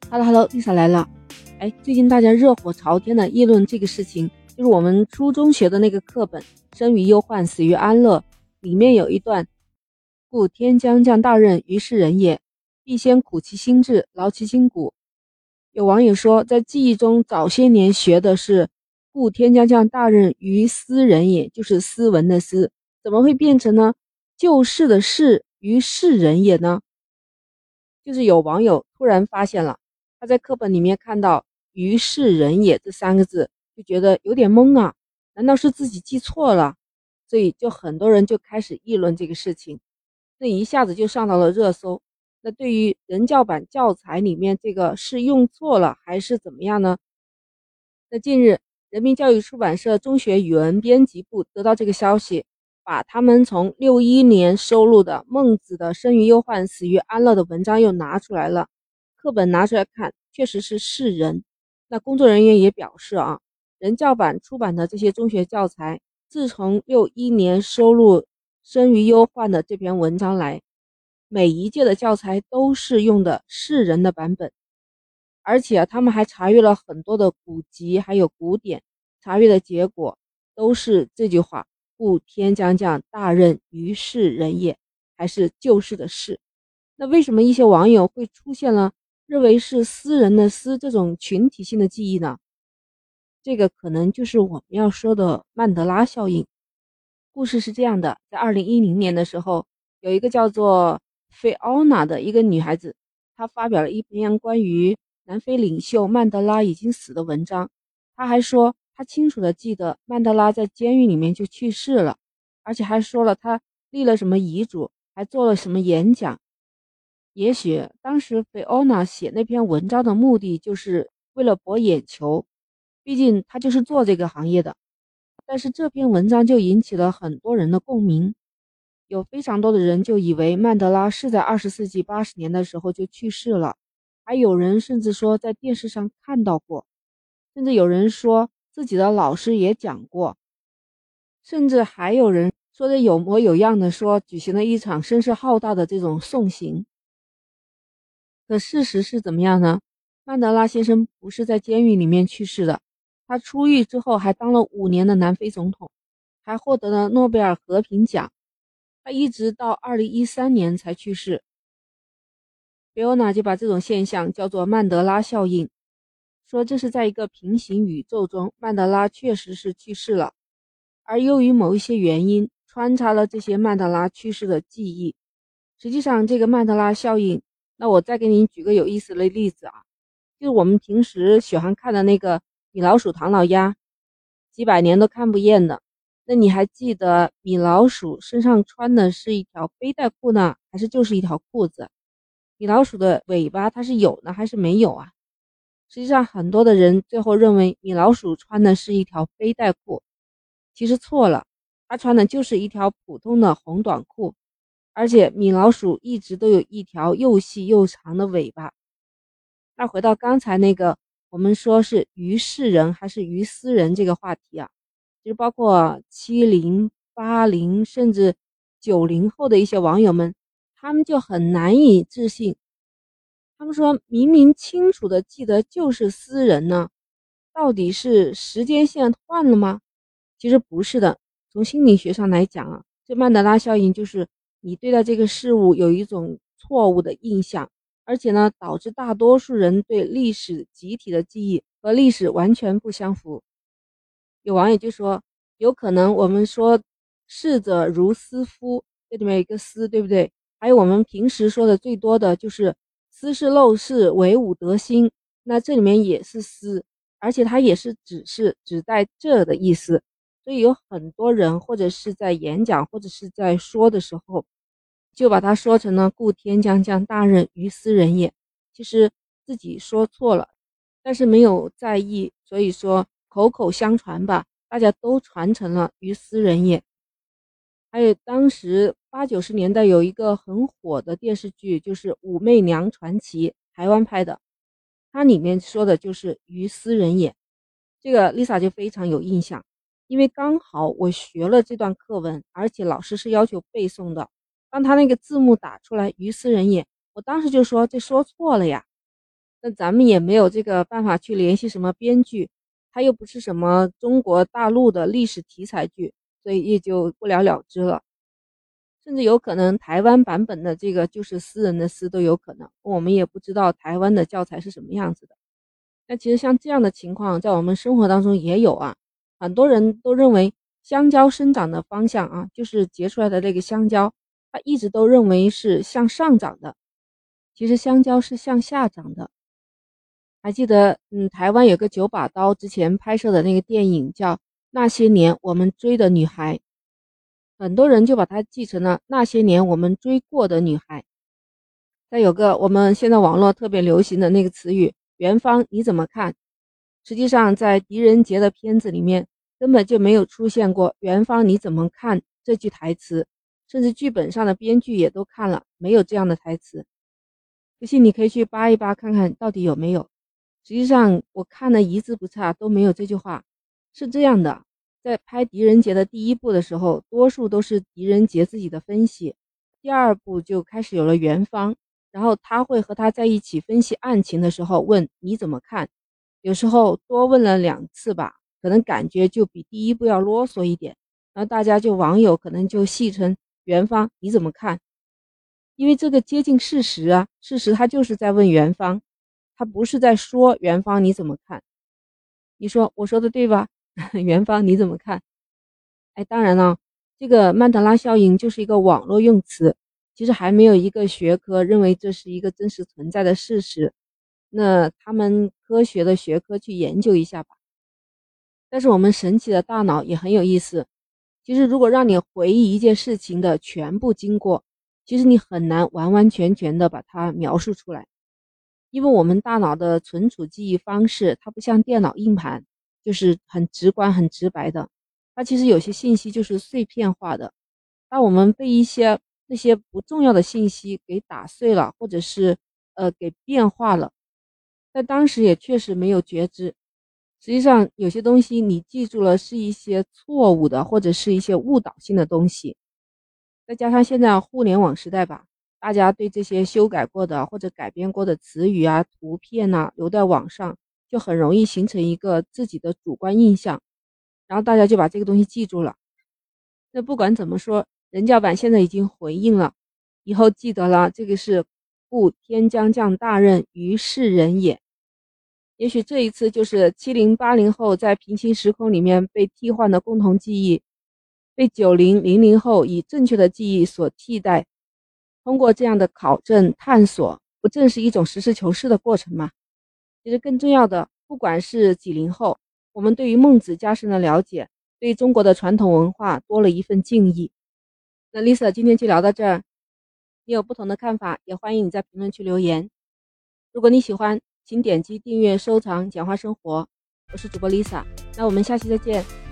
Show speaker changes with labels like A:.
A: Hello，Lisa 来了。最近大家热火朝天的议论这个事情，就是我们初中学的那个课本《生于忧患，死于安乐》里面有一段，故天将降大任于是人也，必先苦其心志，劳其筋骨。有网友说，在记忆中早些年学的是故天将降大任于斯人也，就是斯文的斯，怎么会变成呢救世的世于是人也呢？就是有网友突然发现了，他在课本里面看到于是人也这3个字，就觉得有点懵啊，难道是自己记错了？所以就很多人就开始议论这个事情，那一下子就上到了热搜。那对于人教版教材里面这个是用错了还是怎么样呢？那近日人民教育出版社中学语文编辑部得到这个消息，把他们从61年收录的孟子的生于忧患，死于安乐的文章又拿出来了，课本拿出来看，确实是人。那工作人员也表示人教版出版的这些中学教材，自从61年收录生于忧患的这篇文章来，每一届的教材都是用的是人的版本，而且他们还查阅了很多的古籍还有古典，查阅的结果都是这句话，故天将降大任于是人也，还是救世的世。那为什么一些网友会出现了认为是私人的私这种群体性的记忆呢？这个可能就是我们要说的曼德拉效应。故事是这样的，在2010年的时候，有一个叫做费奥娜的一个女孩子，她发表了一篇关于南非领袖曼德拉已经死的文章。她还说她清楚地记得曼德拉在监狱里面就去世了，而且还说了他立了什么遗嘱，还做了什么演讲。也许当时费奥娜写那篇文章的目的就是为了博眼球，毕竟她就是做这个行业的。但是这篇文章就引起了很多人的共鸣，有非常多的人就以为曼德拉是在20世纪80年的时候就去世了，还有人甚至说在电视上看到过，甚至有人说自己的老师也讲过，甚至还有人说的有模有样的说举行了一场声势浩大的这种送行。可事实是怎么样呢？曼德拉先生不是在监狱里面去世的，他出狱之后还当了5年的南非总统，还获得了诺贝尔和平奖。他一直到2013年才去世。贝欧娜就把这种现象叫做曼德拉效应，说这是在一个平行宇宙中，曼德拉确实是去世了，而由于某一些原因穿插了这些曼德拉去世的记忆。实际上这个曼德拉效应，那我再给你举个有意思的例子就是我们平时喜欢看的那个米老鼠唐老鸭，几百年都看不厌的。那你还记得米老鼠身上穿的是一条背带裤呢，还是就是一条裤子？米老鼠的尾巴它是有呢还是没有啊？实际上很多的人最后认为米老鼠穿的是一条背带裤，其实错了，它穿的就是一条普通的红短裤，而且米老鼠一直都有一条又细又长的尾巴。那回到刚才那个我们说是于是人还是于斯人这个话题其实包括70、80甚至90后的一些网友们，他们就很难以置信，他们说明明清楚的记得就是私人呢，到底是时间线换了吗？其实不是的，从心理学上来讲这曼德拉效应就是你对待这个事物有一种错误的印象，而且呢导致大多数人对历史集体的记忆和历史完全不相符。有网友就说，有可能我们说逝者如斯夫，这里面有一个斯，对不对？还有我们平时说的最多的就是斯是陋室，惟吾德馨，那这里面也是斯，而且它也是指代这的意思。所以有很多人或者是在演讲或者是在说的时候，就把它说成了故天将降大任于斯人也，其实自己说错了，但是没有在意，所以说口口相传吧，大家都传成了于斯人也。还有当时80、90年代有一个很火的电视剧，就是《武媚娘传奇》，台湾拍的，它里面说的就是于斯人也。这个 Lisa 就非常有印象，因为刚好我学了这段课文，而且老师是要求背诵的。当他那个字幕打出来于斯人也，我当时就说这说错了呀。 那咱们也没有这个办法去联系什么编剧，它又不是什么中国大陆的历史题材剧，所以也就不了了之了。甚至有可能台湾版本的这个就是私人的私都有可能，我们也不知道台湾的教材是什么样子的。那其实像这样的情况在我们生活当中也有啊，很多人都认为香蕉生长的方向啊，就是结出来的那个香蕉，它一直都认为是向上长的，其实香蕉是向下长的。还记得台湾有个九把刀之前拍摄的那个电影叫《那些年我们追的女孩》，很多人就把它记成了那些年我们追过的女孩。再有个我们现在网络特别流行的那个词语元芳你怎么看，实际上在狄仁杰的片子里面根本就没有出现过元芳你怎么看这句台词，甚至剧本上的编剧也都看了，没有这样的台词。不信你可以去扒一扒看看到底有没有。实际上我看了一字不差都没有这句话。是这样的，在拍狄仁杰的第一部的时候，多数都是狄仁杰自己的分析，第二部就开始有了元芳，然后他会和他在一起分析案情的时候问你怎么看，有时候多问了2次吧，可能感觉就比第一部要啰嗦一点，然后大家网友可能就戏称元芳你怎么看，因为这个接近事实啊，事实他就是在问元芳，他不是在说元芳你怎么看。你说我说的对吧？元芳你怎么看？当然了，这个曼德拉效应就是一个网络用词，其实还没有一个学科认为这是一个真实存在的事实，那他们科学的学科去研究一下吧。但是我们神奇的大脑也很有意思，其实如果让你回忆一件事情的全部经过，其实你很难完完全全的把它描述出来，因为我们大脑的存储记忆方式它不像电脑硬盘，就是很直观很直白的，它其实有些信息就是碎片化的，当我们被那些不重要的信息给打碎了，或者是给变化了，在当时也确实没有觉知。实际上有些东西你记住了是一些错误的或者是一些误导性的东西，再加上现在互联网时代吧，大家对这些修改过的或者改编过的词语啊图片啊留在网上，就很容易形成一个自己的主观印象，然后大家就把这个东西记住了。那不管怎么说，人教版现在已经回应了，以后记得了，这个是故天将降大任于是人也。也许这一次就是70、80后在平行时空里面被替换的共同记忆，被90、00后以正确的记忆所替代。通过这样的考证探索，不正是一种实事求是的过程吗？其实更重要的，不管是几零后，我们对于孟子加深了了解，对中国的传统文化多了一份敬意。那 Lisa 今天就聊到这儿，你有不同的看法，也欢迎你在评论区留言。如果你喜欢，请点击订阅、收藏《简化生活》，我是主播 Lisa，那我们下期再见。